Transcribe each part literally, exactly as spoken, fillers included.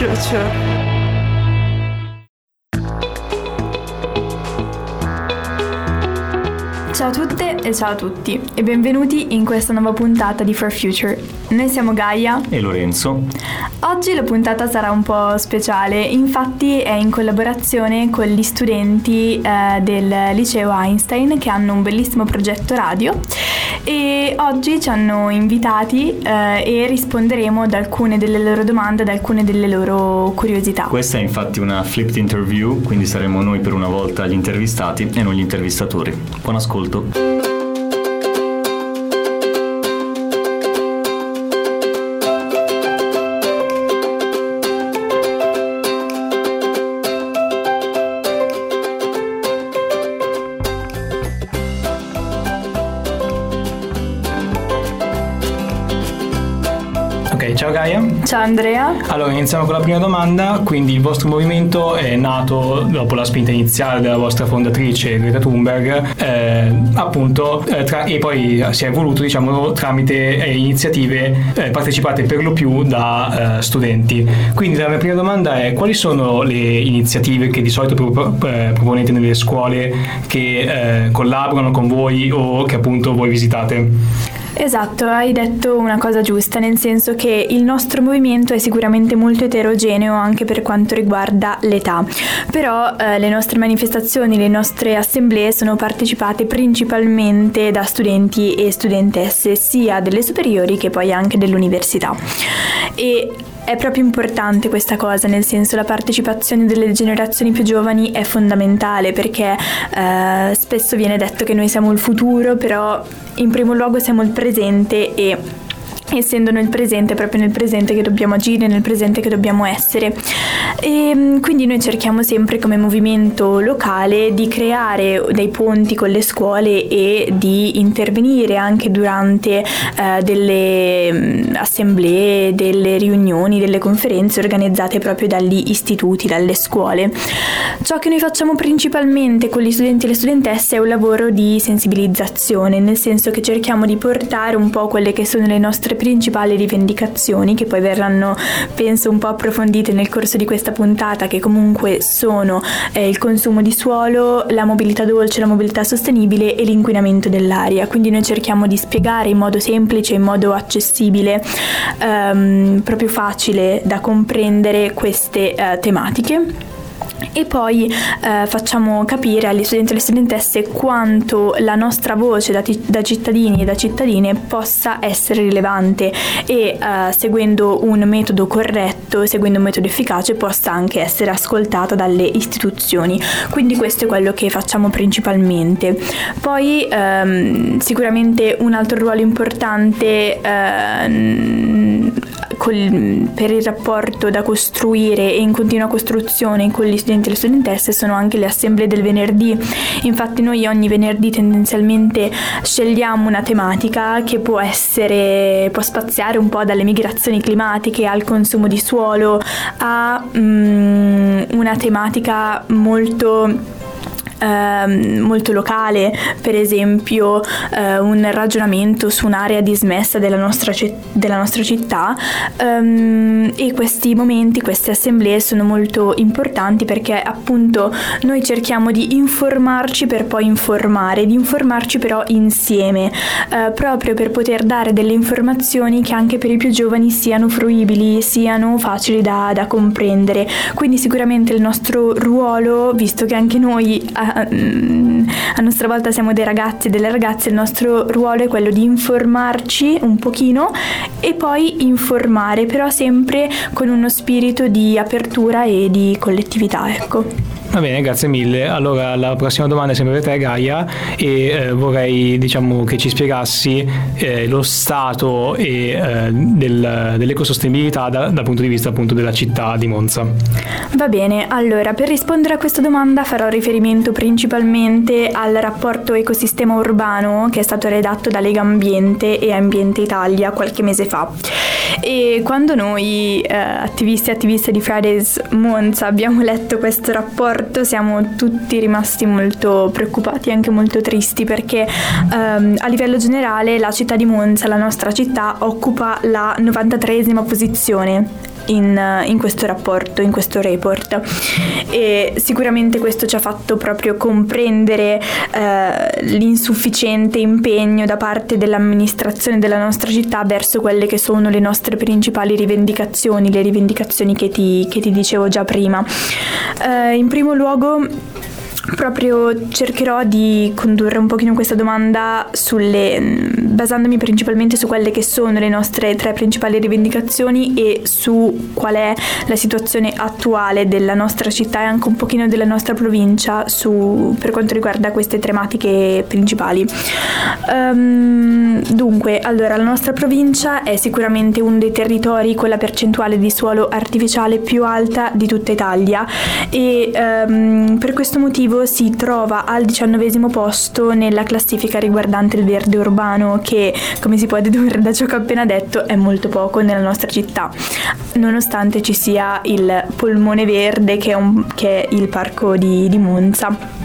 Future. Ciao a tutte e ciao a tutti e benvenuti in questa nuova puntata di For Future. Noi siamo Gaia e Lorenzo. Oggi la puntata sarà un po' speciale, infatti è in collaborazione con gli studenti eh, del liceo Einstein che hanno un bellissimo progetto radio e oggi ci hanno invitati eh, e risponderemo ad alcune delle loro domande, ad alcune delle loro curiosità. Questa è infatti una flipped interview, quindi saremo noi per una volta gli intervistati e non gli intervistatori. Buon ascolto. Ok, ciao Gaia. Ciao Andrea. Allora iniziamo con la prima domanda. Quindi il vostro movimento è nato dopo la spinta iniziale della vostra fondatrice Greta Thunberg, eh, appunto, eh, tra, e poi si è evoluto, diciamo, tramite eh, iniziative eh, partecipate per lo più da eh, studenti. Quindi la mia prima domanda è: quali sono le iniziative che di solito pro- eh, proponete nelle scuole che eh, collaborano con voi o che appunto voi visitate? Esatto, hai detto una cosa giusta, nel senso che il nostro movimento è sicuramente molto eterogeneo anche per quanto riguarda l'età, però eh, le nostre manifestazioni, le nostre assemblee sono partecipate principalmente da studenti e studentesse sia delle superiori che poi anche dell'università. E è proprio importante questa cosa, nel senso la partecipazione delle generazioni più giovani è fondamentale perché eh, spesso viene detto che noi siamo il futuro, però in primo luogo siamo il presente e essendo nel presente, è proprio nel presente che dobbiamo agire, nel presente che dobbiamo essere. E quindi noi cerchiamo sempre come movimento locale di creare dei ponti con le scuole e di intervenire anche durante eh, delle mh, assemblee, delle riunioni, delle conferenze organizzate proprio dagli istituti, dalle scuole. Ciò che noi facciamo principalmente con gli studenti e le studentesse è un lavoro di sensibilizzazione, nel senso che cerchiamo di portare un po' quelle che sono le nostre principali rivendicazioni, che poi verranno, penso, un po' approfondite nel corso di questa puntata, che comunque sono eh, il consumo di suolo, la mobilità dolce, la mobilità sostenibile e l'inquinamento dell'aria. Quindi noi cerchiamo di spiegare in modo semplice, in modo accessibile, ehm, proprio facile da comprendere queste eh, tematiche. E poi eh, facciamo capire agli studenti e alle studentesse quanto la nostra voce da, t- da cittadini e da cittadine possa essere rilevante e eh, seguendo un metodo corretto, seguendo un metodo efficace, possa anche essere ascoltata dalle istituzioni. Quindi questo è quello che facciamo principalmente. Poi ehm, sicuramente un altro ruolo importante ehm, col, per il rapporto da costruire e in continua costruzione con gli studenti e le studentesse sono anche le assemblee del venerdì. Infatti noi ogni venerdì tendenzialmente scegliamo una tematica che può essere, può spaziare un po' dalle migrazioni climatiche al consumo di suolo a mm, una tematica molto Uh, molto locale, per esempio uh, un ragionamento su un'area dismessa della nostra, c- della nostra città, um, e questi momenti, queste assemblee sono molto importanti perché appunto noi cerchiamo di informarci per poi informare, di informarci però insieme, uh, proprio per poter dare delle informazioni che anche per i più giovani siano fruibili, siano facili da, da comprendere. Quindi sicuramente il nostro ruolo, visto che anche noi a, a nostra volta siamo dei ragazzi e delle ragazze, il nostro ruolo è quello di informarci un pochino e poi informare, però sempre con uno spirito di apertura e di collettività, ecco. Va bene, grazie mille. Allora la prossima domanda è sempre per te, Gaia, e eh, vorrei, diciamo, che ci spiegassi eh, lo stato e, eh, del, dell'ecosostenibilità da, dal punto di vista appunto della città di Monza. Va bene, allora per rispondere a questa domanda farò riferimento principalmente al rapporto ecosistema urbano che è stato redatto da Lega Ambiente e Ambiente Italia qualche mese fa. E quando noi eh, attivisti e attiviste di Fridays Monza abbiamo letto questo rapporto siamo tutti rimasti molto preoccupati e anche molto tristi perché ehm, a livello generale la città di Monza, la nostra città, occupa la novantatreesima posizione in, in questo rapporto, in questo report, e sicuramente questo ci ha fatto proprio comprendere eh, l'insufficiente impegno da parte dell'amministrazione della nostra città verso quelle che sono le nostre principali rivendicazioni, le rivendicazioni che ti, che ti dicevo già prima. Eh, in primo luogo proprio cercherò di condurre un pochino questa domanda sulle, basandomi principalmente su quelle che sono le nostre tre principali rivendicazioni e su qual è la situazione attuale della nostra città e anche un pochino della nostra provincia su, per quanto riguarda queste tematiche principali. Um, dunque, allora, la nostra provincia è sicuramente uno dei territori con la percentuale di suolo artificiale più alta di tutta Italia e um, per questo motivo si trova al diciannovesimo posto nella classifica riguardante il verde urbano, che, come si può dedurre da ciò che ho appena detto, è molto poco nella nostra città, nonostante ci sia il polmone verde che è, un, che è il parco di, di Monza.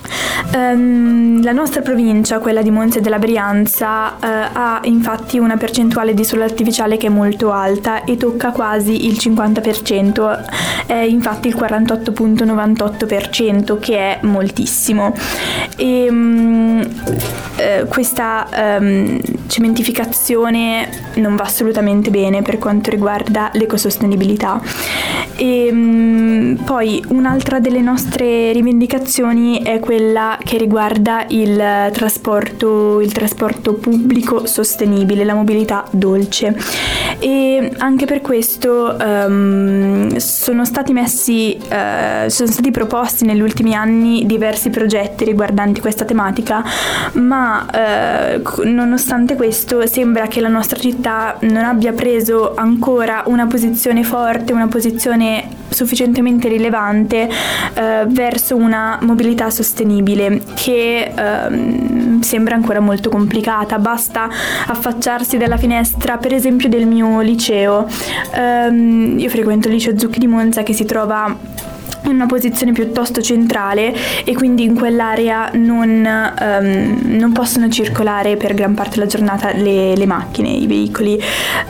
Um, la nostra provincia, quella di Monza e della Brianza, uh, ha infatti una percentuale di suolo artificiale che è molto alta e tocca quasi il cinquanta per cento, è infatti il quarantotto virgola novantotto per cento, che è moltissimo. E um, uh, questa um, cementificazione non va assolutamente bene per quanto riguarda l'ecosostenibilità. E um, poi un'altra delle nostre rivendicazioni è quella che riguarda il trasporto, il trasporto pubblico sostenibile, la mobilità dolce, e anche per questo um, sono stati messi, uh, sono stati proposti negli ultimi anni diversi progetti riguardanti questa tematica, ma uh, nonostante questo sembra che la nostra città non abbia preso ancora una posizione forte, una posizione sufficientemente rilevante uh, verso una mobilità sostenibile, che uh, sembra ancora molto complicata. Basta affacciarsi dalla finestra, per esempio, del mio liceo. Um, io frequento il liceo Zucchi di Monza, che si trova in una posizione piuttosto centrale e quindi in quell'area non, um, non possono circolare per gran parte della giornata le, le macchine, i veicoli,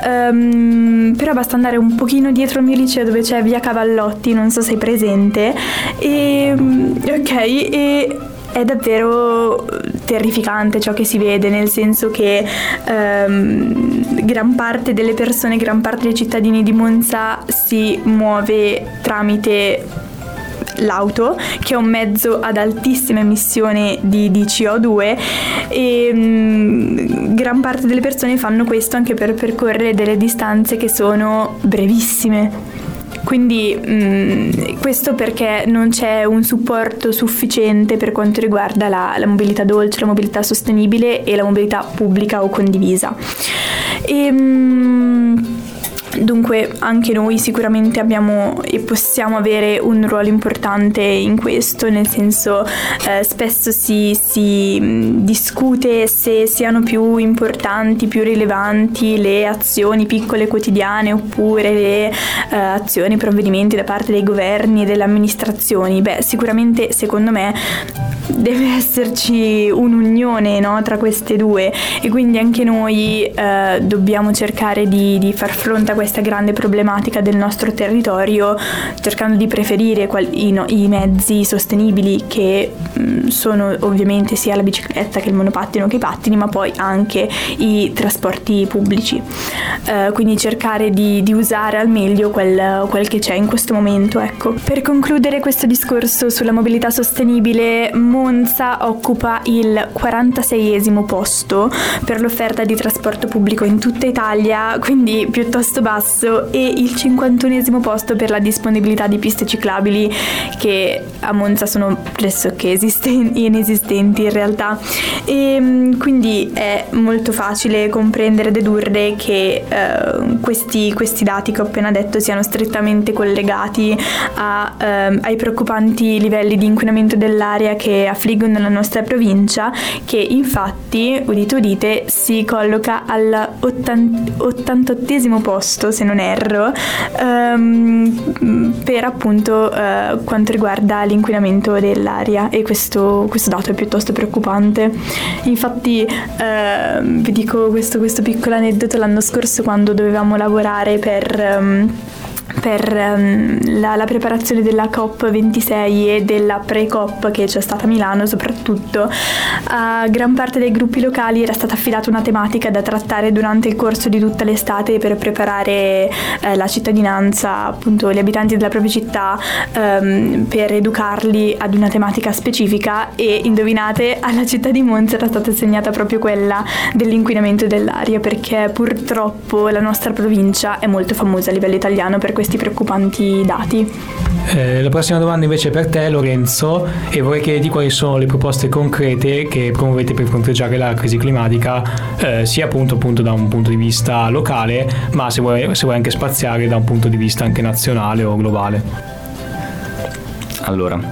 um, però basta andare un pochino dietro al mio liceo, dove c'è via Cavallotti, non so se sei presente, e ok, e è davvero terrificante ciò che si vede, nel senso che um, gran parte delle persone, gran parte dei cittadini di Monza si muove tramite l'auto, che è un mezzo ad altissima emissione di, di C O due, e mh, gran parte delle persone fanno questo anche per percorrere delle distanze che sono brevissime. Quindi mh, questo perché non c'è un supporto sufficiente per quanto riguarda la, la mobilità dolce, la mobilità sostenibile e la mobilità pubblica o condivisa. E, mh, Dunque anche noi sicuramente abbiamo e possiamo avere un ruolo importante in questo, nel senso eh, spesso si, si discute se siano più importanti, più rilevanti le azioni piccole quotidiane oppure le eh, azioni, provvedimenti da parte dei governi e delle amministrazioni. Beh, sicuramente secondo me deve esserci un'unione, no, tra queste due, e quindi anche noi eh, dobbiamo cercare di, di far fronte a questa grande problematica del nostro territorio, cercando di preferire qual- i, no, i mezzi sostenibili, che mh, sono ovviamente sia la bicicletta che il monopattino che i pattini, ma poi anche i trasporti pubblici. Eh, quindi cercare di, di usare al meglio quel, quel che c'è in questo momento. Ecco. Per concludere questo discorso sulla mobilità sostenibile, Monza occupa il quarantaseiesimo posto per l'offerta di trasporto pubblico in tutta Italia, quindi piuttosto basso, e il cinquantunesimo posto per la disponibilità di piste ciclabili, che a Monza sono pressoché esistenti, inesistenti in realtà. E quindi è molto facile comprendere e dedurre che eh, questi, questi dati che ho appena detto siano strettamente collegati a, eh, ai preoccupanti livelli di inquinamento dell'aria che affliggono la nostra provincia, che infatti, udite udite, si colloca all'ottantottesimo posto, se non erro, ehm, per appunto eh, quanto riguarda l'inquinamento dell'aria, e questo, questo dato è piuttosto preoccupante. Infatti eh, vi dico questo, questo piccolo aneddoto: l'anno scorso, quando dovevamo lavorare per... Um, per um, la, la preparazione della COP ventisei e della pre-COP che c'è stata a Milano soprattutto, a gran parte dei gruppi locali era stata affidata una tematica da trattare durante il corso di tutta l'estate per preparare eh, la cittadinanza, appunto gli abitanti della propria città, um, per educarli ad una tematica specifica, e indovinate, alla città di Monza era stata assegnata proprio quella dell'inquinamento dell'aria, perché purtroppo la nostra provincia è molto famosa a livello italiano per questi preoccupanti dati. Eh, la prossima domanda invece è per te, Lorenzo, e vorrei chiederti quali sono le proposte concrete che promuovete per fronteggiare la crisi climatica, eh, sia appunto, appunto da un punto di vista locale, ma se vuoi, se vuoi anche spaziare da un punto di vista anche nazionale o globale. Allora,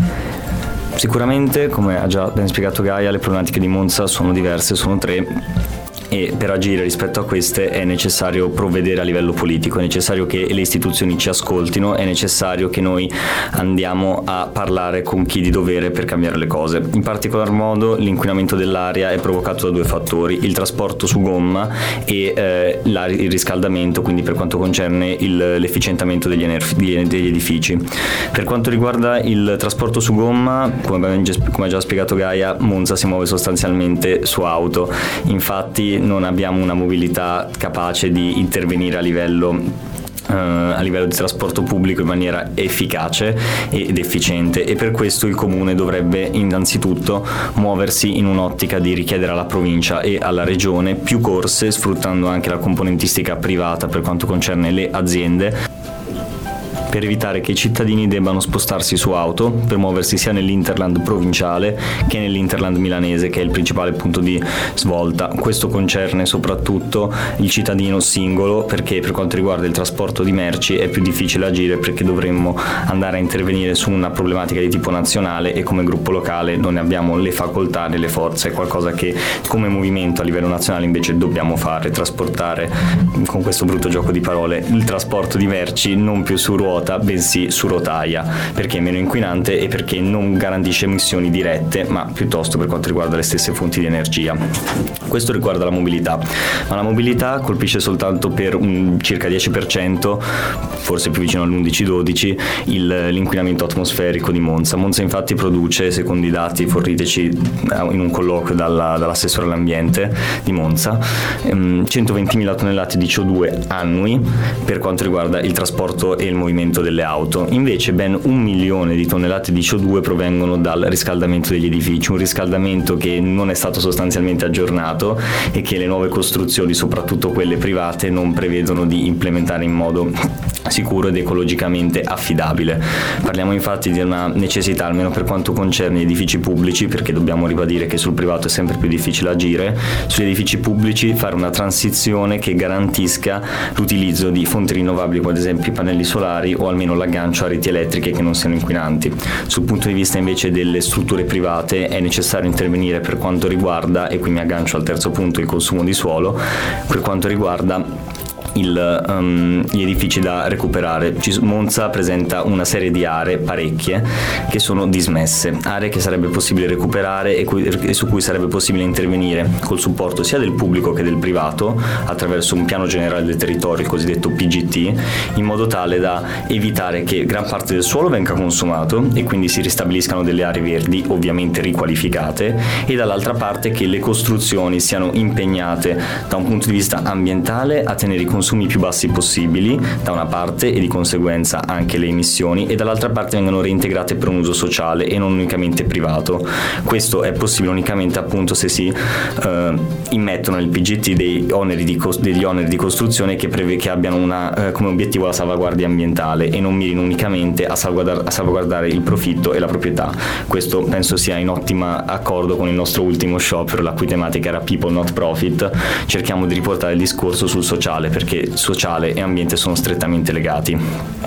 sicuramente, come ha già ben spiegato Gaia, le problematiche di Monza sono diverse, sono tre. E per agire rispetto a queste è necessario provvedere a livello politico, è necessario che le istituzioni ci ascoltino, è necessario che noi andiamo a parlare con chi di dovere per cambiare le cose. In particolar modo l'inquinamento dell'aria è provocato da due fattori: il trasporto su gomma e eh, il riscaldamento, quindi per quanto concerne il, l'efficientamento degli, ener- degli edifici. Per quanto riguarda il trasporto su gomma, come, come ha già spiegato Gaia, Monza si muove sostanzialmente su auto, infatti non abbiamo una mobilità capace di intervenire a livello Uh, a livello di trasporto pubblico in maniera efficace ed efficiente, e per questo il Comune dovrebbe innanzitutto muoversi in un'ottica di richiedere alla provincia e alla regione più corse, sfruttando anche la componentistica privata per quanto concerne le aziende, per evitare che i cittadini debbano spostarsi su auto per muoversi sia nell'Interland provinciale che nell'Interland milanese, che è il principale punto di svolta. Questo concerne soprattutto il cittadino singolo, perché per quanto riguarda il trasporto di merci è più difficile agire, perché dovremmo andare a intervenire su una problematica di tipo nazionale e come gruppo locale non ne abbiamo le facoltà né le forze. È qualcosa che come movimento a livello nazionale invece dobbiamo fare: trasportare, con questo brutto gioco di parole, il trasporto di merci non più su ruote bensì su rotaia, perché è meno inquinante e perché non garantisce emissioni dirette, ma piuttosto per quanto riguarda le stesse fonti di energia. Questo riguarda la mobilità, ma la mobilità colpisce soltanto per un circa dieci per cento, forse più vicino all'undici dodici, il, l'inquinamento atmosferico di Monza. Monza infatti produce, secondo i dati forniteci in un colloquio dalla, dall'assessore all'ambiente di Monza, centoventimila tonnellate di C O due annui per quanto riguarda il trasporto e il movimento delle auto. Invece ben un milione di tonnellate di C O due provengono dal riscaldamento degli edifici, un riscaldamento che non è stato sostanzialmente aggiornato e che le nuove costruzioni, soprattutto quelle private, non prevedono di implementare in modo sicuro ed ecologicamente affidabile. Parliamo infatti di una necessità, almeno per quanto concerne gli edifici pubblici, perché dobbiamo ribadire che sul privato è sempre più difficile agire, sugli edifici pubblici fare una transizione che garantisca l'utilizzo di fonti rinnovabili, come ad esempio i pannelli solari, o almeno l'aggancio a reti elettriche che non siano inquinanti. Sul punto di vista invece delle strutture private è necessario intervenire per quanto riguarda, e qui mi aggancio al terzo punto, il consumo di suolo, per quanto riguarda Il, um, gli edifici da recuperare. Monza presenta una serie di aree, parecchie, che sono dismesse, aree che sarebbe possibile recuperare e, cui, e su cui sarebbe possibile intervenire col supporto sia del pubblico che del privato attraverso un piano generale del territorio, il cosiddetto P G T, in modo tale da evitare che gran parte del suolo venga consumato e quindi si ristabiliscano delle aree verdi, ovviamente riqualificate, e dall'altra parte che le costruzioni siano impegnate da un punto di vista ambientale a tenere i consumi più bassi possibili da una parte, e di conseguenza anche le emissioni, e dall'altra parte vengono reintegrate per un uso sociale e non unicamente privato. Questo è possibile unicamente appunto se si eh, immettono nel P G T dei oneri di cos- degli oneri di costruzione che, preve- che abbiano una, eh, come obiettivo la salvaguardia ambientale e non mirino unicamente a, salvaguardar- a salvaguardare il profitto e la proprietà. Questo penso sia in ottima accordo con il nostro ultimo sciopero, la cui tematica era People Not Profit. Cerchiamo di riportare il discorso sul sociale, perché sociale e ambiente sono strettamente legati.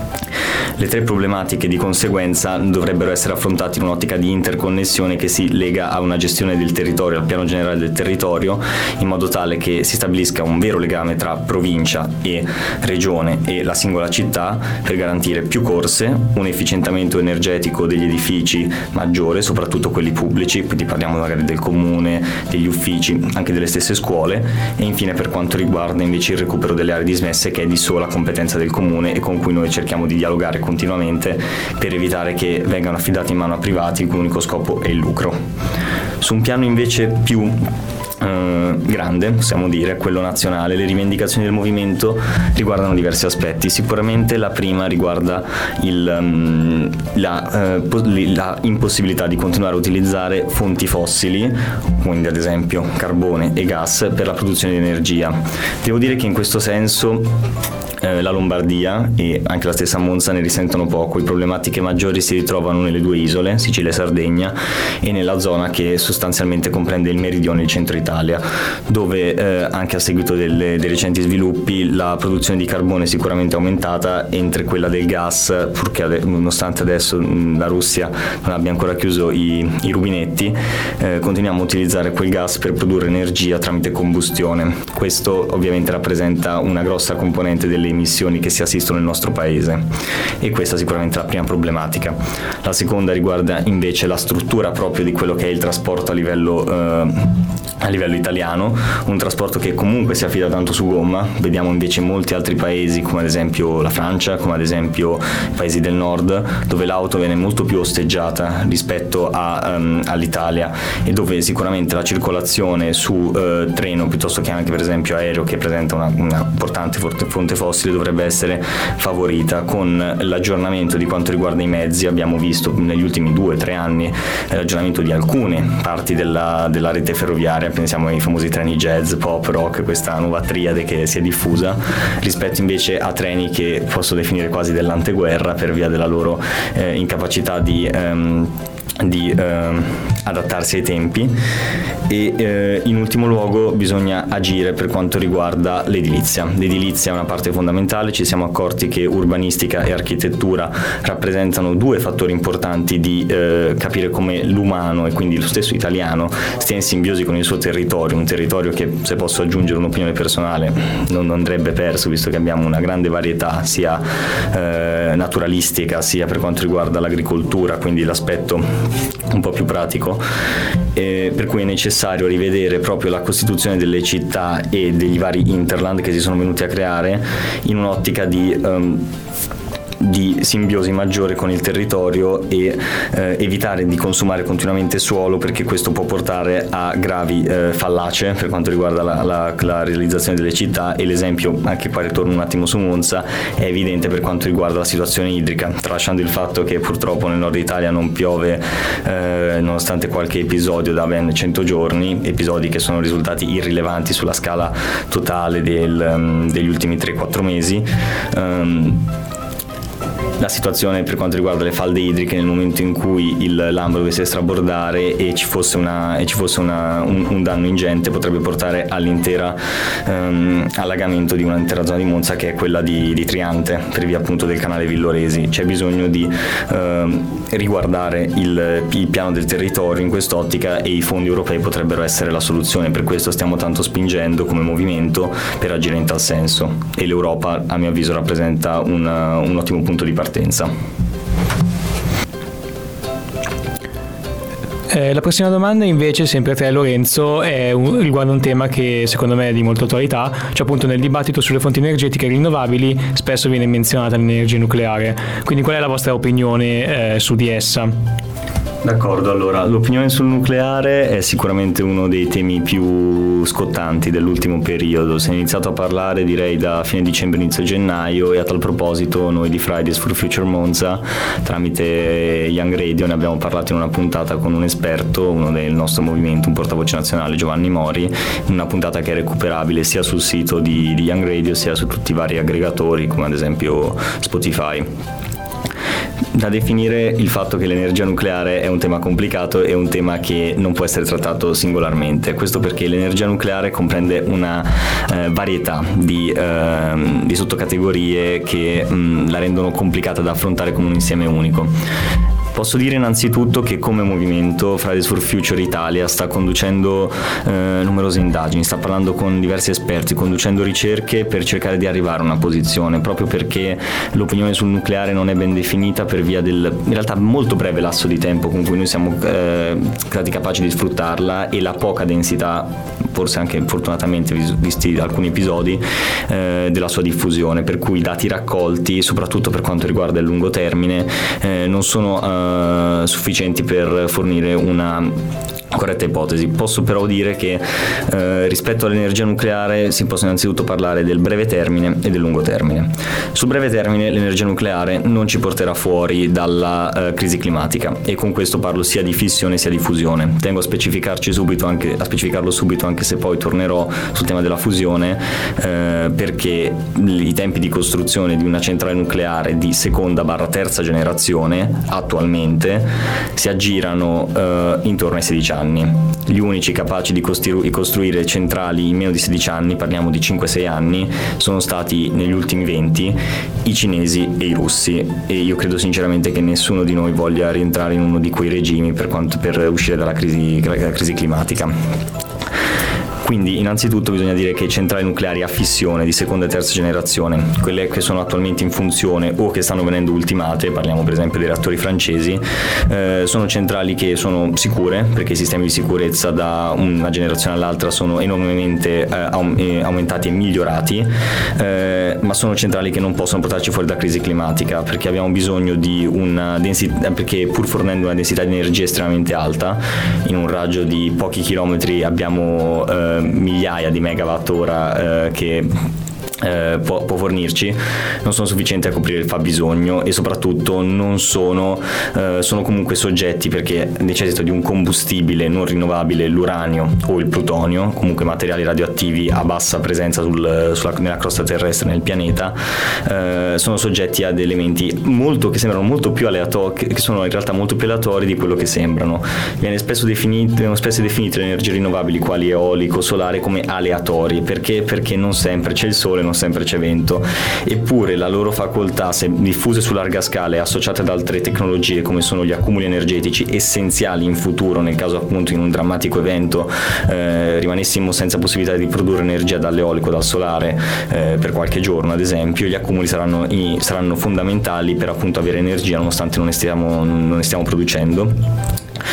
Le tre problematiche di conseguenza dovrebbero essere affrontate in un'ottica di interconnessione che si lega a una gestione del territorio, al piano generale del territorio, in modo tale che si stabilisca un vero legame tra provincia e regione e la singola città per garantire più corse, un efficientamento energetico degli edifici maggiore, soprattutto quelli pubblici, quindi parliamo magari del comune, degli uffici, anche delle stesse scuole, e infine per quanto riguarda invece il recupero delle aree nucleari dismesse, che è di sola competenza del comune e con cui noi cerchiamo di dialogare continuamente per evitare che vengano affidati in mano a privati il cui unico scopo è il lucro. Su un piano invece più Uh, grande, possiamo dire, quello nazionale, le rivendicazioni del movimento riguardano diversi aspetti. Sicuramente la prima riguarda il, um, la, uh, la impossibilità di continuare a utilizzare fonti fossili, quindi ad esempio carbone e gas, per la produzione di energia. Devo dire che in questo senso Eh, la Lombardia e anche la stessa Monza ne risentono poco. Le problematiche maggiori si ritrovano nelle due isole, Sicilia e Sardegna, e nella zona che sostanzialmente comprende il meridione e il centro Italia, dove eh, anche a seguito delle, dei recenti sviluppi la produzione di carbone è sicuramente aumentata, mentre quella del gas, purché ade- nonostante adesso mh, la Russia non abbia ancora chiuso i, i rubinetti, eh, continuiamo a utilizzare quel gas per produrre energia tramite combustione. Questo ovviamente rappresenta una grossa componente delle emissioni che si assistono nel nostro paese, e questa è sicuramente la prima problematica. La seconda riguarda invece la struttura proprio di quello che è il trasporto a livello eh, a livello italiano, un trasporto che comunque si affida tanto su gomma. Vediamo invece in molti altri paesi, come ad esempio la Francia, come ad esempio i paesi del nord, dove l'auto viene molto più osteggiata rispetto a, um, all'Italia, e dove sicuramente la circolazione su uh, treno piuttosto che anche per esempio aereo, che presenta una, una importante fonte fossile, dovrebbe essere favorita. Con l'aggiornamento di quanto riguarda i mezzi abbiamo visto negli ultimi due o tre anni l'aggiornamento di alcune parti della, della rete ferroviaria. Pensiamo ai famosi treni jazz, pop, rock, questa nuova triade che si è diffusa, rispetto invece a treni che posso definire quasi dell'anteguerra per via della loro eh, incapacità di ehm, di eh, adattarsi ai tempi. E eh, in ultimo luogo bisogna agire per quanto riguarda l'edilizia. L'edilizia è una parte fondamentale. Ci siamo accorti che urbanistica e architettura rappresentano due fattori importanti di eh, capire come l'umano, e quindi lo stesso italiano, stia in simbiosi con il suo territorio, un territorio che, se posso aggiungere un'opinione personale, non andrebbe perso, visto che abbiamo una grande varietà sia eh, naturalistica sia per quanto riguarda l'agricoltura, quindi l'aspetto un po' più pratico, eh, per cui è necessario rivedere proprio la costituzione delle città e degli vari interland che si sono venuti a creare in un'ottica di um, di simbiosi maggiore con il territorio, e eh, evitare di consumare continuamente suolo, perché questo può portare a gravi eh, fallacie per quanto riguarda la, la, la realizzazione delle città. E l'esempio, anche qua ritorno un attimo su Monza, è evidente per quanto riguarda la situazione idrica, tralasciando il fatto che purtroppo nel nord Italia non piove eh, nonostante qualche episodio da ben cento giorni, episodi che sono risultati irrilevanti sulla scala totale del, um, degli ultimi tre quattro mesi. Um, La situazione per quanto riguarda le falde idriche, nel momento in cui il Lambro dovesse strabordare e ci fosse, una, e ci fosse una, un, un danno ingente, potrebbe portare all'intera um, allagamento di un'intera zona di Monza, che è quella di, di Triante, per via appunto del canale Villoresi. C'è bisogno di uh, riguardare il, il piano del territorio in quest'ottica, e i fondi europei potrebbero essere la soluzione. Per questo stiamo tanto spingendo come movimento per agire in tal senso, e l'Europa, a mio avviso, rappresenta un, un ottimo punto di partenza. Eh, la prossima domanda invece, sempre a te Lorenzo, è un, riguarda un tema che secondo me è di molta attualità, cioè appunto nel dibattito sulle fonti energetiche rinnovabili spesso viene menzionata l'energia nucleare, quindi qual è la vostra opinione eh, su di essa? D'accordo, allora l'opinione sul nucleare è sicuramente uno dei temi più scottanti dell'ultimo periodo. Si è iniziato a parlare, direi, da fine dicembre, inizio gennaio, e a tal proposito noi di Fridays for Future Monza, tramite Young Radio, ne abbiamo parlato in una puntata con un esperto, uno del nostro movimento, un portavoce nazionale, Giovanni Mori, una puntata che è recuperabile sia sul sito di, di Young Radio sia su tutti i vari aggregatori, come ad esempio Spotify. Da definire il fatto che l'energia nucleare è un tema complicato e un tema che non può essere trattato singolarmente. Questo perché l'energia nucleare comprende una eh, varietà di, eh, di sottocategorie che mh, la rendono complicata da affrontare come un insieme unico. Posso dire innanzitutto che come movimento Fridays for Future Italia sta conducendo eh, numerose indagini, sta parlando con diversi esperti, conducendo ricerche per cercare di arrivare a una posizione, proprio perché l'opinione sul nucleare non è ben definita per via del, in realtà, molto breve lasso di tempo con cui noi siamo eh, stati capaci di sfruttarla, e la poca densità forse anche fortunatamente visti alcuni episodi, eh, della sua diffusione, per cui i dati raccolti, soprattutto per quanto riguarda il lungo termine, eh, non sono eh, sufficienti per fornire una corretta ipotesi. Posso però dire che eh, rispetto all'energia nucleare si possono innanzitutto parlare del breve termine e del lungo termine. Sul breve termine l'energia nucleare non ci porterà fuori dalla eh, crisi climatica, e con questo parlo sia di fissione sia di fusione. Tengo a specificarci subito anche, a specificarlo subito anche se poi tornerò sul tema della fusione, eh, perché i tempi di costruzione di una centrale nucleare di seconda barra terza generazione attualmente si aggirano eh, intorno ai sedici anni. Gli unici capaci di costru- costruire centrali in meno di sedici anni, parliamo di cinque sei anni, sono stati negli ultimi venti i cinesi e i russi, e io credo sinceramente che nessuno di noi voglia rientrare in uno di quei regimi per, quanto, per uscire dalla crisi, dalla crisi climatica. Quindi innanzitutto bisogna dire che centrali nucleari a fissione di seconda e terza generazione, quelle che sono attualmente in funzione o che stanno venendo ultimate, parliamo per esempio dei reattori francesi, eh, sono centrali che sono sicure, perché i sistemi di sicurezza da una generazione all'altra sono enormemente eh, aumentati e migliorati, eh, ma sono centrali che non possono portarci fuori da crisi climatica, perché abbiamo bisogno di una densità, perché pur fornendo una densità di energia estremamente alta, in un raggio di pochi chilometri abbiamo eh, migliaia di megawatt ora eh, che Eh, può, può fornirci, non sono sufficienti a coprire il fabbisogno, e soprattutto non sono eh, sono comunque soggetti, perché necessitano di un combustibile non rinnovabile, l'uranio o il plutonio, comunque materiali radioattivi a bassa presenza sul, sulla, nella crosta terrestre, nel pianeta, eh, sono soggetti ad elementi molto che sembrano molto più aleatori, che sono in realtà molto più aleatori di quello che sembrano. Viene spesso definite, vengono spesso definite le energie rinnovabili quali eolico, solare come aleatori, perché perché non sempre c'è il sole, non sempre c'è vento, eppure la loro facoltà, se diffuse su larga scala e associate ad altre tecnologie come sono gli accumuli energetici, essenziali in futuro nel caso appunto in un drammatico evento eh, rimanessimo senza possibilità di produrre energia dall'eolico, dal solare eh, per qualche giorno ad esempio, gli accumuli saranno, i, saranno fondamentali per appunto avere energia nonostante non ne stiamo, non ne stiamo producendo.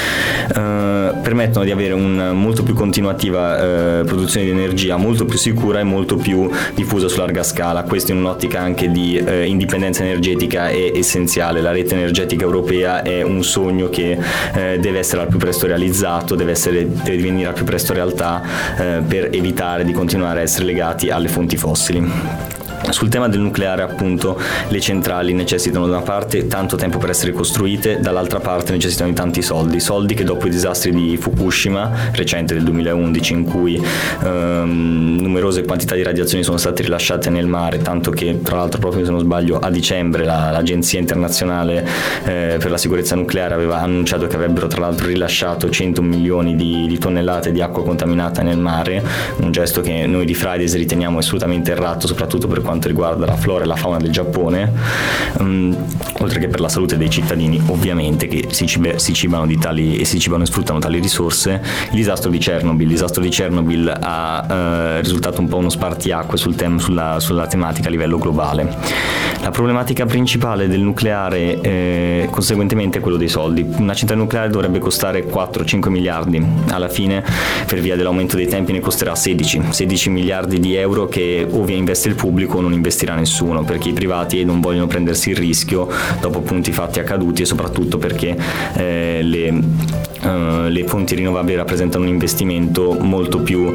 Uh, permettono di avere una molto più continuativa uh, produzione di energia, molto più sicura e molto più diffusa su larga scala. Questo in un'ottica anche di uh, indipendenza energetica è essenziale. La rete energetica europea è un sogno che uh, deve essere al più presto realizzato, deve, essere, deve divenire al più presto realtà uh, per evitare di continuare a essere legati alle fonti fossili. Sul tema del nucleare, appunto, le centrali necessitano da una parte tanto tempo per essere costruite, dall'altra parte necessitano di tanti soldi, soldi che dopo i disastri di Fukushima, recente del duemilaundici, in cui ehm, numerose quantità di radiazioni sono state rilasciate nel mare, tanto che tra l'altro proprio, se non sbaglio, a dicembre la, l'Agenzia Internazionale eh, per la Sicurezza Nucleare aveva annunciato che avrebbero tra l'altro rilasciato cento milioni di, di tonnellate di acqua contaminata nel mare, un gesto che noi di Fridays riteniamo assolutamente errato, soprattutto per quanto riguarda la flora e la fauna del Giappone, um, oltre che per la salute dei cittadini ovviamente, che si, cibe, si cibano di tali e si cibano e sfruttano tali risorse. Il disastro di Chernobyl, il disastro di Chernobyl ha eh, risultato un po' uno spartiacque sul tem- sulla, sulla tematica a livello globale. La problematica principale del nucleare eh, conseguentemente è quello dei soldi. Una centrale nucleare dovrebbe costare quattro cinque miliardi, alla fine per via dell'aumento dei tempi ne costerà sedici miliardi di euro, che o investe il pubblico o non investirà nessuno, perché i privati non vogliono prendersi il rischio dopo appunto i fatti accaduti, e soprattutto perché eh, le Uh, le fonti rinnovabili rappresentano un investimento molto più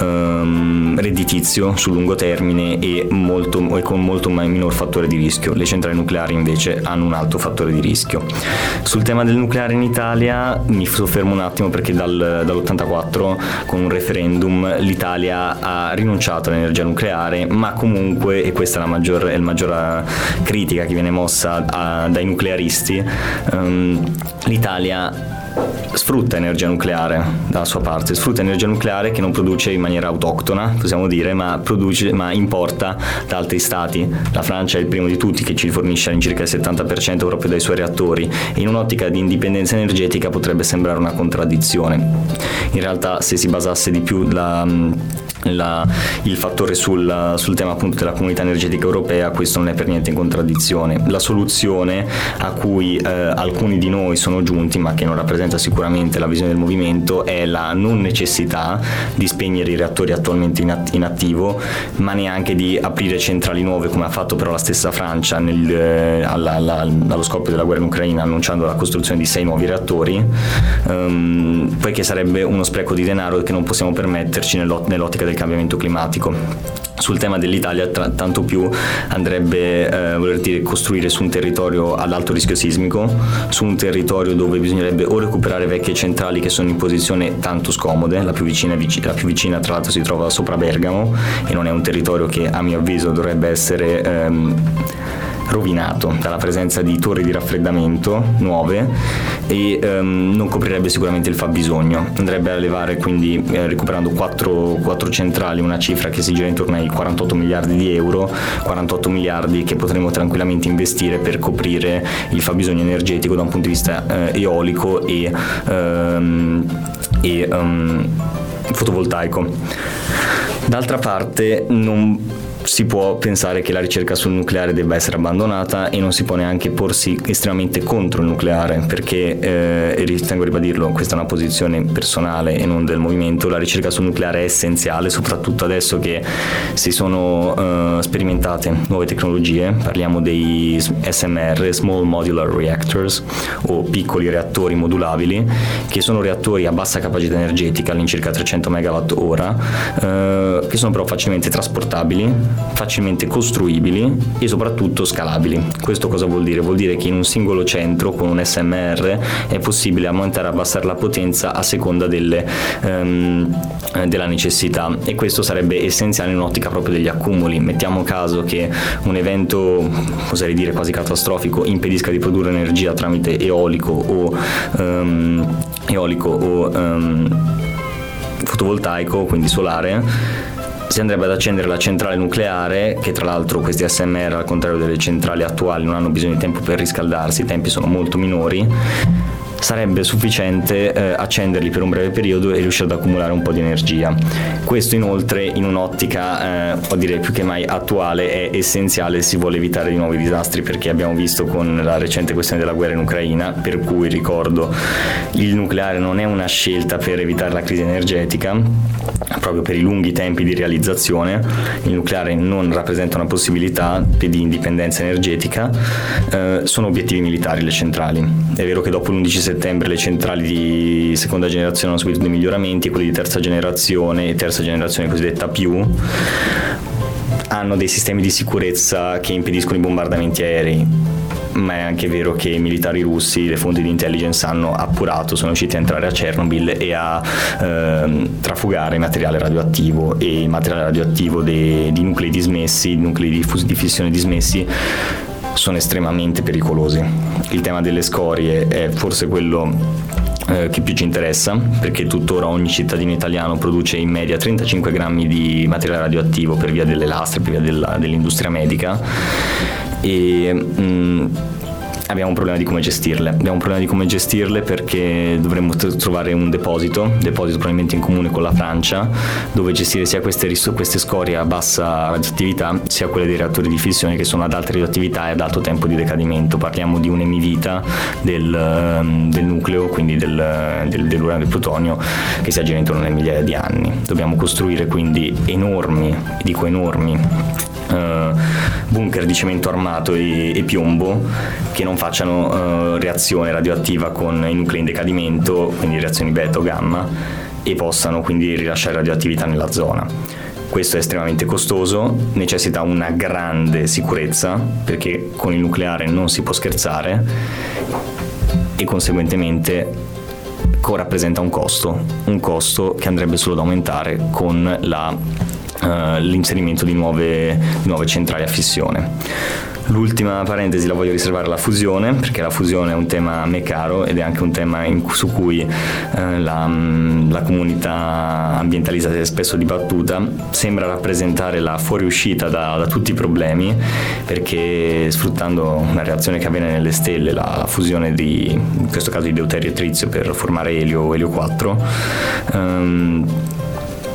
um, redditizio sul lungo termine e, molto, e con molto minor fattore di rischio. Le centrali nucleari invece hanno un alto fattore di rischio. Sul tema del nucleare in Italia mi soffermo un attimo, perché dal, dall'ottantaquattro con un referendum l'Italia ha rinunciato all'energia nucleare, ma comunque, e questa è la maggior, è la maggior critica che viene mossa a, dai nuclearisti, um, l'Italia sfrutta energia nucleare dalla sua parte, sfrutta energia nucleare che non produce in maniera autoctona, possiamo dire, ma produce, ma importa da altri stati. La Francia è il primo di tutti, che ci fornisce all'incirca il settanta per cento proprio dai suoi reattori, e in un'ottica di indipendenza energetica potrebbe sembrare una contraddizione. In realtà, se si basasse di più la La, il fattore sul, sul tema appunto della comunità energetica europea, questo non è per niente in contraddizione. La soluzione a cui eh, alcuni di noi sono giunti, ma che non rappresenta sicuramente la visione del movimento, è la non necessità di spegnere i reattori attualmente in, att- in attivo, ma neanche di aprire centrali nuove, come ha fatto però la stessa Francia nel, eh, alla, alla, allo scoppio della guerra in Ucraina, annunciando la costruzione di sei nuovi reattori, um, poiché sarebbe uno spreco di denaro che non possiamo permetterci nell'ot- nell'ottica del cambiamento climatico. Sul tema dell'Italia tra, tanto più andrebbe eh, voler dire costruire su un territorio ad alto rischio sismico, su un territorio dove bisognerebbe o recuperare vecchie centrali che sono in posizione tanto scomode, la più vicina, vic- la più vicina tra l'altro si trova sopra Bergamo e non è un territorio che a mio avviso dovrebbe essere ehm, rovinato dalla presenza di torri di raffreddamento nuove e um, non coprirebbe sicuramente il fabbisogno. Andrebbe a levare quindi eh, recuperando quattro, quattro centrali una cifra che si gira intorno ai quarantotto miliardi di euro, quarantotto miliardi che potremo tranquillamente investire per coprire il fabbisogno energetico da un punto di vista eh, eolico e, um, e um, fotovoltaico. D'altra parte non si può pensare che la ricerca sul nucleare debba essere abbandonata e non si può neanche porsi estremamente contro il nucleare, perché eh, e ritengo di ribadirlo, questa è una posizione personale e non del movimento, la ricerca sul nucleare è essenziale, soprattutto adesso che si sono eh, sperimentate nuove tecnologie. Parliamo dei S M R, Small Modular Reactors, o piccoli reattori modulabili, che sono reattori a bassa capacità energetica, all'incirca trecento megawatt ora, eh, che sono però facilmente trasportabili, facilmente costruibili e soprattutto scalabili. Questo cosa vuol dire? Vuol dire che in un singolo centro con un S M R è possibile aumentare e abbassare la potenza a seconda delle, um, della necessità, e questo sarebbe essenziale in un'ottica proprio degli accumuli. Mettiamo caso che un evento, oserei dire quasi catastrofico, impedisca di produrre energia tramite eolico o um, eolico o um, fotovoltaico, quindi solare. Si andrebbe ad accendere la centrale nucleare, che tra l'altro questi S M R, al contrario delle centrali attuali, non hanno bisogno di tempo per riscaldarsi, i tempi sono molto minori. Sarebbe sufficiente eh, accenderli per un breve periodo e riuscire ad accumulare un po' di energia. Questo inoltre in un'ottica, eh, o direi più che mai attuale, è essenziale se si vuole evitare di nuovi disastri, perché abbiamo visto con la recente questione della guerra in Ucraina, per cui ricordo il nucleare non è una scelta per evitare la crisi energetica, proprio per i lunghi tempi di realizzazione. Il nucleare non rappresenta una possibilità di indipendenza energetica, eh, sono obiettivi militari le centrali. È vero che dopo l'undici settembre le centrali di seconda generazione hanno subito dei miglioramenti, quelli di terza generazione e terza generazione cosiddetta più hanno dei sistemi di sicurezza che impediscono i bombardamenti aerei, ma è anche vero che i militari russi, le fonti di intelligence hanno appurato, sono riusciti a entrare a Chernobyl e a eh, trafugare materiale radioattivo, e il materiale radioattivo dei, di nuclei dismessi, nuclei di, fus- di fissione dismessi sono estremamente pericolosi. Il tema delle scorie è forse quello eh, che più ci interessa, perché tuttora ogni cittadino italiano produce in media trentacinque grammi di materiale radioattivo per via delle lastre, per via della, dell'industria medica, e mh, abbiamo un problema di come gestirle. Abbiamo un problema di come gestirle perché dovremmo t- trovare un deposito, deposito probabilmente in comune con la Francia, dove gestire sia queste, ris- queste scorie a bassa radioattività, sia quelle dei reattori di fissione che sono ad alta radioattività e ad alto tempo di decadimento. Parliamo di un'emivita del, del nucleo, quindi del, del, dell'uranio e del plutonio, che si aggira intorno alle migliaia di anni. Dobbiamo costruire quindi enormi, dico enormi, Uh, bunker di cemento armato e, e piombo che non facciano uh, reazione radioattiva con i nuclei in decadimento, quindi reazioni beta o gamma, e possano quindi rilasciare radioattività nella zona. Questo è estremamente costoso, necessita una grande sicurezza, perché con il nucleare non si può scherzare, e conseguentemente rappresenta un costo, un costo che andrebbe solo ad aumentare con la Uh, l'inserimento di nuove, di nuove centrali a fissione. L'ultima parentesi la voglio riservare alla fusione, perché la fusione è un tema a me caro ed è anche un tema in, su cui uh, la, la comunità ambientalista si è spesso dibattuta. Sembra rappresentare la fuoriuscita da, da tutti i problemi, perché sfruttando una reazione che avviene nelle stelle, la, la fusione di, in questo caso di deuterio e trizio per formare elio o elio quattro, um,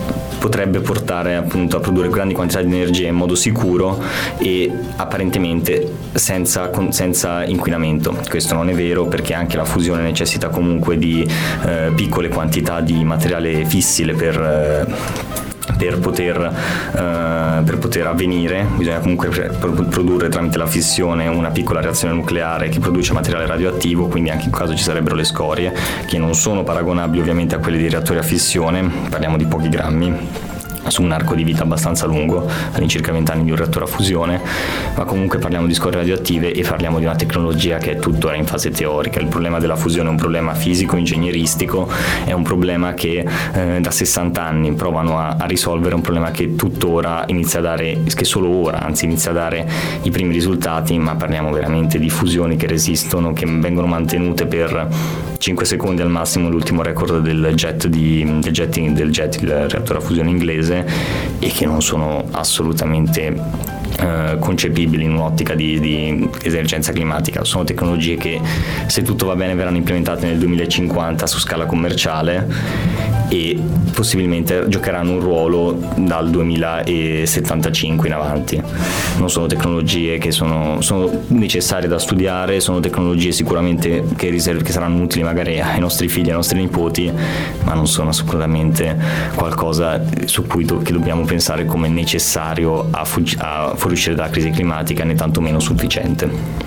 potrebbe portare appunto a produrre grandi quantità di energia in modo sicuro e apparentemente senza, senza inquinamento. Questo non è vero, perché anche la fusione necessita comunque di eh, piccole quantità di materiale fissile per eh, Per poter, eh, per poter avvenire. Bisogna comunque produrre tramite la fissione una piccola reazione nucleare che produce materiale radioattivo, quindi anche in caso ci sarebbero le scorie, che non sono paragonabili ovviamente a quelle dei reattori a fissione, parliamo di pochi grammi su un arco di vita abbastanza lungo, all'incirca venti anni di un reattore a fusione, ma comunque parliamo di scorie radioattive e parliamo di una tecnologia che è tuttora in fase teorica. Il problema della fusione è un problema fisico, ingegneristico, è un problema che eh, da sessanta anni provano a, a risolvere, un problema che tuttora inizia a dare, che solo ora anzi inizia a dare i primi risultati, ma parliamo veramente di fusioni che resistono, che vengono mantenute per cinque secondi al massimo, l'ultimo record del jet, di, del, jet del jet, il reattore a fusione inglese, e che non sono assolutamente eh, concepibili in un'ottica di, di emergenza climatica. Sono tecnologie che, se tutto va bene, verranno implementate nel duemilacinquanta su scala commerciale e possibilmente giocheranno un ruolo dal duemilasettantacinque in avanti. Non sono tecnologie che sono, sono necessarie da studiare, sono tecnologie sicuramente che, riserv- che saranno utili magari ai nostri figli, ai nostri nipoti, ma non sono assolutamente qualcosa su cui do- che dobbiamo pensare come necessario a, fug- a fuoriuscire dalla crisi climatica, né tantomeno sufficiente.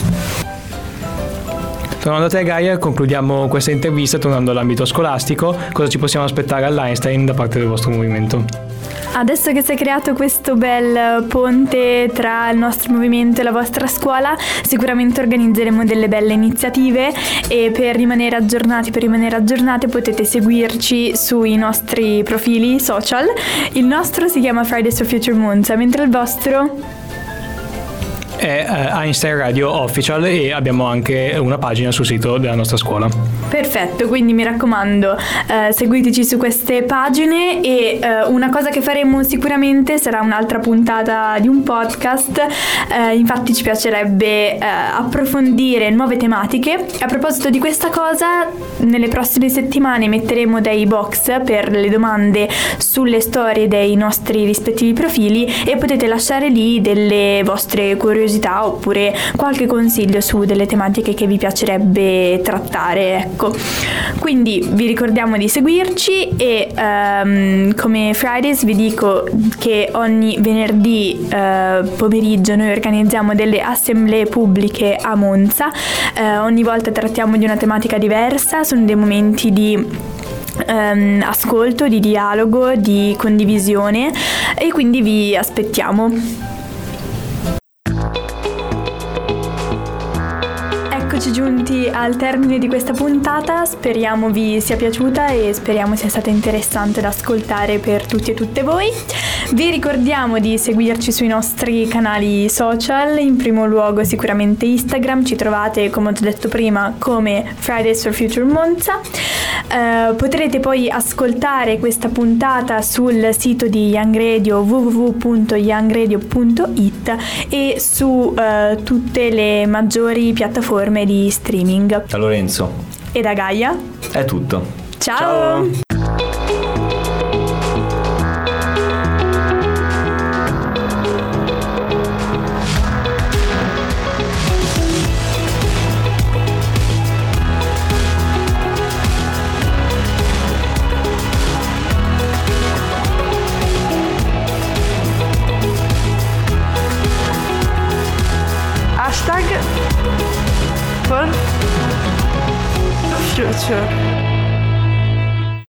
Tornando a te, Gaia, concludiamo questa intervista tornando all'ambito scolastico. Cosa ci possiamo aspettare all'Einstein da parte del vostro movimento? Adesso che si è creato questo bel ponte tra il nostro movimento e la vostra scuola, sicuramente organizzeremo delle belle iniziative, e per rimanere aggiornati, per rimanere aggiornate potete seguirci sui nostri profili social. Il nostro si chiama Fridays for Future Monza, mentre il vostro è Einstein Radio Official, e abbiamo anche una pagina sul sito della nostra scuola. Perfetto, quindi mi raccomando, eh, seguiteci su queste pagine, e eh, una cosa che faremo sicuramente sarà un'altra puntata di un podcast. Eh, infatti ci piacerebbe eh, approfondire nuove tematiche. A proposito di questa cosa, nelle prossime settimane metteremo dei box per le domande sulle storie dei nostri rispettivi profili, e potete lasciare lì delle vostre curiosità oppure qualche consiglio su delle tematiche che vi piacerebbe trattare, ecco. Quindi vi ricordiamo di seguirci, e um, come Fridays vi dico che ogni venerdì uh, pomeriggio noi organizziamo delle assemblee pubbliche a Monza. Uh, ogni volta trattiamo di una tematica diversa, sono dei momenti di Um, ascolto, di dialogo, di condivisione, e quindi vi aspettiamo. Eccoci giunti al termine di questa puntata, speriamo vi sia piaciuta e speriamo sia stata interessante da ascoltare per tutti e tutte voi. Vi ricordiamo di seguirci sui nostri canali social, in primo luogo sicuramente Instagram, ci trovate, come ho già detto prima, come Fridays for Future Monza. Uh, potrete poi ascoltare questa puntata sul sito di Young Radio, w w w punto young radio punto i t, e su uh, tutte le maggiori piattaforme di streaming. Da Lorenzo e da Gaia è tutto. Ciao, Ciao. Hashtag for future.